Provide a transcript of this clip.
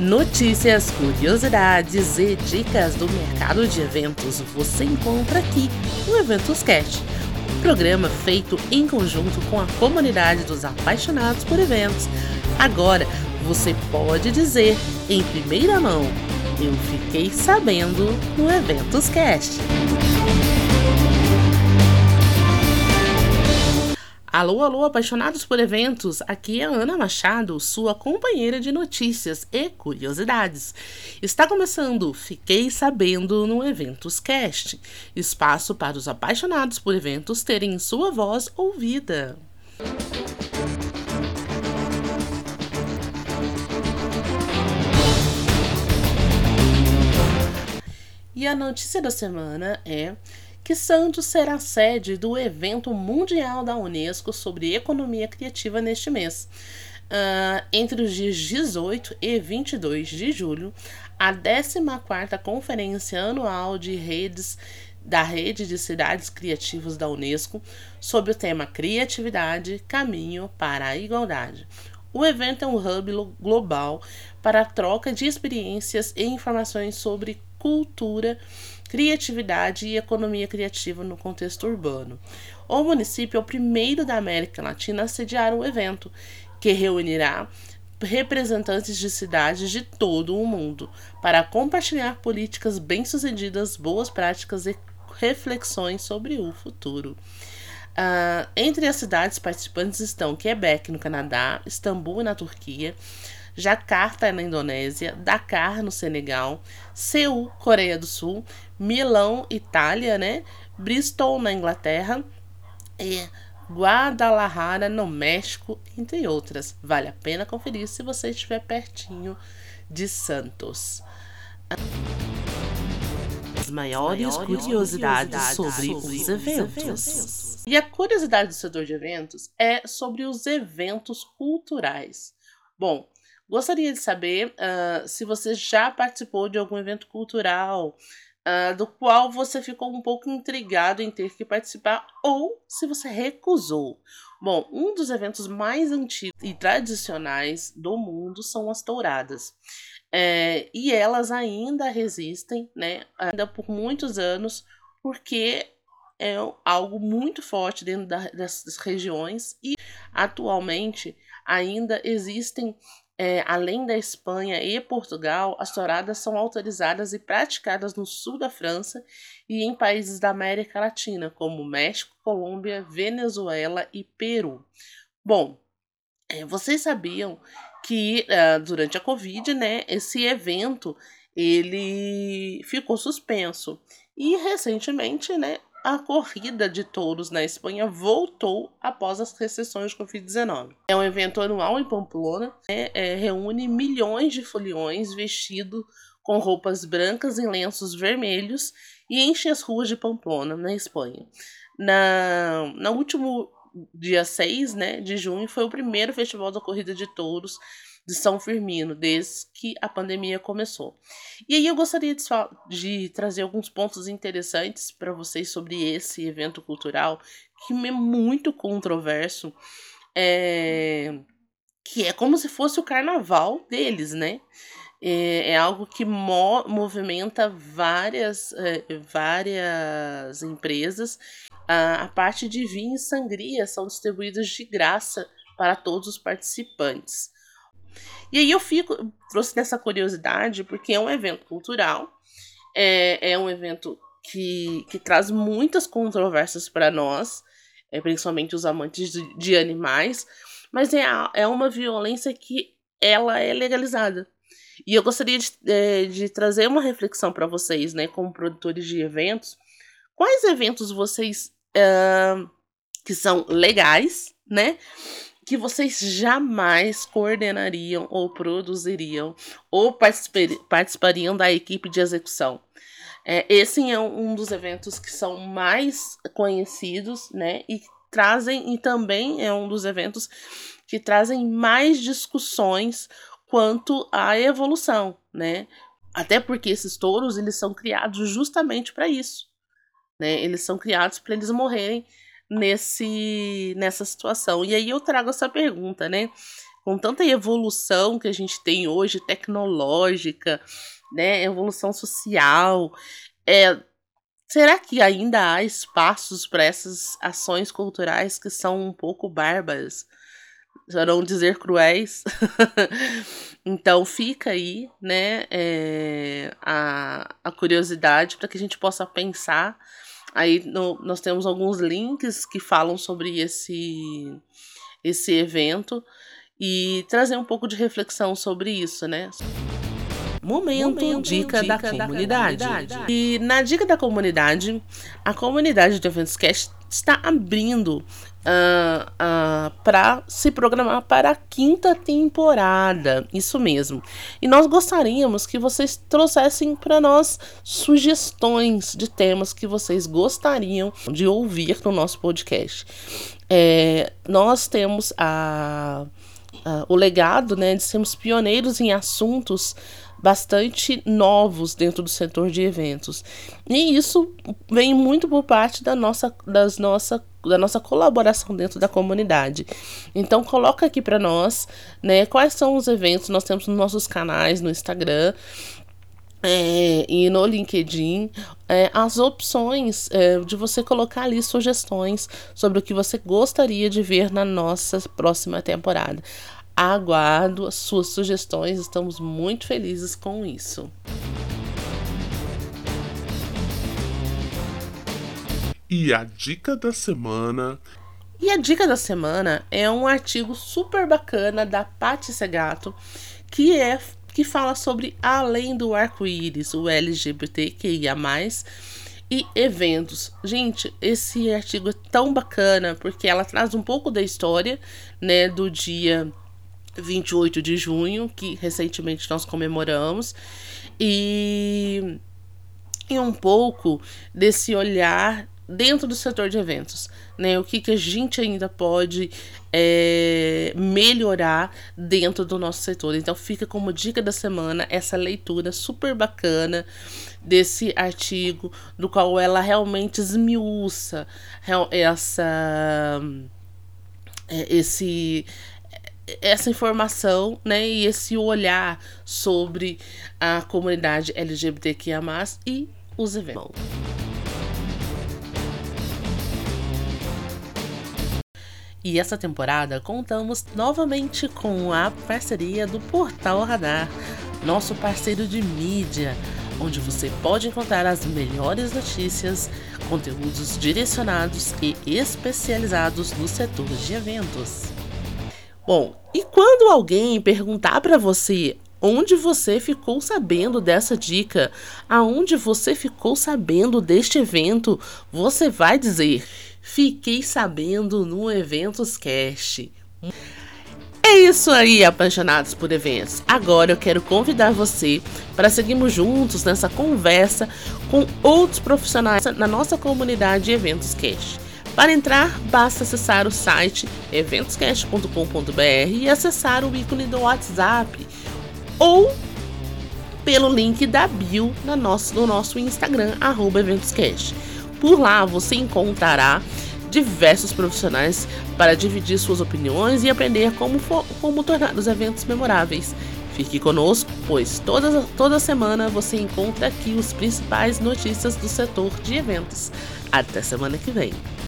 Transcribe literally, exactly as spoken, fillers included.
Notícias, curiosidades e dicas do mercado de eventos você encontra aqui no EventosCast, um programa feito em conjunto com a comunidade dos apaixonados por eventos. Agora você pode dizer em primeira mão: eu fiquei sabendo no EventosCast. Alô, alô, apaixonados por eventos, aqui é a Ana Machado, sua companheira de notícias e curiosidades. Está começando Fiquei Sabendo no EventosCast, espaço para os apaixonados por eventos terem sua voz ouvida. E a notícia da semana é que Santos será sede do evento mundial da Unesco sobre economia criativa neste mês. Uh, entre os dias dezoito e vinte e dois de julho, a décima quarta Conferência Anual de Redes da Rede de Cidades Criativas da Unesco, sob o tema Criatividade, Caminho para a Igualdade. O evento é um hub global para a troca de experiências e informações sobre cultura, criatividade e economia criativa no contexto urbano. O município é o primeiro da América Latina a sediar o evento, que reunirá representantes de cidades de todo o mundo para compartilhar políticas bem-sucedidas, boas práticas e reflexões sobre o futuro. Uh, entre as cidades participantes estão Quebec, no Canadá, Istambul, na Turquia, Jacarta, na Indonésia, Dakar, no Senegal, Seul, Coreia do Sul, Milão, Itália, né? Bristol, na Inglaterra e Guadalajara, no México, entre outras. Vale a pena conferir se você estiver pertinho de Santos. As maiores, maiores curiosidades, curiosidades sobre, sobre os eventos. eventos. E a curiosidade do setor de eventos é sobre os eventos culturais. Bom, gostaria de saber uh, se você já participou de algum evento cultural uh, do qual você ficou um pouco intrigado em ter que participar ou se você recusou. Bom, um dos eventos mais antigos e tradicionais do mundo são as touradas. É, e elas ainda resistem, né, ainda por muitos anos, porque é algo muito forte dentro da, dessas regiões e atualmente ainda existem, é, além da Espanha e Portugal, as touradas são autorizadas e praticadas no sul da França e em países da América Latina, como México, Colômbia, Venezuela e Peru. Bom, é, vocês sabiam que uh, durante a Covid, né, esse evento ele ficou suspenso e recentemente, né, a corrida de touros na Espanha voltou após as restrições de covid dezenove. É um evento anual em Pamplona, né, é, reúne milhões de foliões vestidos com roupas brancas em lenços vermelhos e enche as ruas de Pamplona, na Espanha. Na, no último dia seis, né, de junho foi o primeiro festival da corrida de touros de São Firmino, desde que a pandemia começou. E aí eu gostaria de, de trazer alguns pontos interessantes para vocês sobre esse evento cultural, que é muito controverso, é, que é como se fosse o carnaval deles, né? É, é algo que mo- movimenta várias, é, várias empresas. A, a parte de vinho e sangria são distribuídas de graça para todos os participantes. E aí eu fico, trouxe nessa curiosidade porque é um evento cultural, é, é um evento que, que traz muitas controvérsias para nós, é, principalmente os amantes de, de animais, mas é, é uma violência que ela é legalizada. E eu gostaria de, de, de trazer uma reflexão para vocês, né, como produtores de eventos. Quais eventos vocês uh, que são legais, né, que vocês jamais coordenariam ou produziriam ou participariam da equipe de execução? É, esse é um dos eventos que são mais conhecidos, né, e trazem, e também é um dos eventos que trazem mais discussões quanto à evolução, né? Até porque esses touros, eles são criados justamente para isso, né? Eles são criados para eles morrerem nesse, nessa situação. E aí eu trago essa pergunta, né? com tanta evolução que a gente tem hoje, tecnológica, né, evolução social, é, será que ainda há espaços para essas ações culturais que são um pouco bárbaras, para não dizer cruéis? Então fica aí, né, é, a, a curiosidade para que a gente possa pensar. Aí no, nós temos alguns links que falam sobre esse, esse evento e trazer um pouco de reflexão sobre isso, né? Momento, Momento dica, dica da, comunidade. da comunidade. E na dica da comunidade, a comunidade do Eventos Cast está abrindo uh, uh, para se programar para a quinta temporada. Isso mesmo. E nós gostaríamos que vocês trouxessem para nós sugestões de temas que vocês gostariam de ouvir no nosso podcast. É, nós temos a, a, o legado, né, de sermos pioneiros em assuntos bastante novos dentro do setor de eventos. E isso vem muito por parte da nossa, das nossa, da nossa colaboração dentro da comunidade. Então coloca aqui para nós, né, quais são os eventos. Nós temos nos nossos canais, no Instagram, É, e no LinkedIn, é, as opções é, de você colocar ali sugestões sobre o que você gostaria de ver na nossa próxima temporada. Aguardo as suas sugestões, estamos muito felizes com isso. E a dica da semana... E a dica da semana é um artigo super bacana da Paty Segato, que é que fala sobre além do arco-íris, o L G B T Q I A mais, e eventos. Gente, esse artigo é tão bacana porque ela traz um pouco da história, né, do dia vinte e oito de junho, que recentemente nós comemoramos, e, e um pouco desse olhar dentro do setor de eventos, né? O que, que a gente ainda pode é, melhorar dentro do nosso setor. Então fica como dica da semana essa leitura super bacana desse artigo, do qual ela realmente esmiuça essa, esse, essa informação, né? E esse olhar sobre a comunidade L G B T Q I A mais, e os eventos. E essa temporada contamos novamente com a parceria do Portal Radar, nosso parceiro de mídia, onde você pode encontrar as melhores notícias, conteúdos direcionados e especializados no setor de eventos. Bom, e quando alguém perguntar para você onde você ficou sabendo dessa dica, aonde você ficou sabendo deste evento, você vai dizer: fiquei sabendo no Eventos Cast. É isso aí, apaixonados por eventos. Agora eu quero convidar você para seguirmos juntos nessa conversa com outros profissionais na nossa comunidade Eventos Cast. Para entrar, basta acessar o site eventos cast ponto com ponto b r e acessar o ícone do WhatsApp, ou pelo link da bio no nosso, no nosso Instagram, arroba EventosCast. Por lá você encontrará diversos profissionais para dividir suas opiniões e aprender como, for, como tornar os eventos memoráveis. Fique conosco, pois toda, toda semana você encontra aqui os principais notícias do setor de eventos. Até semana que vem!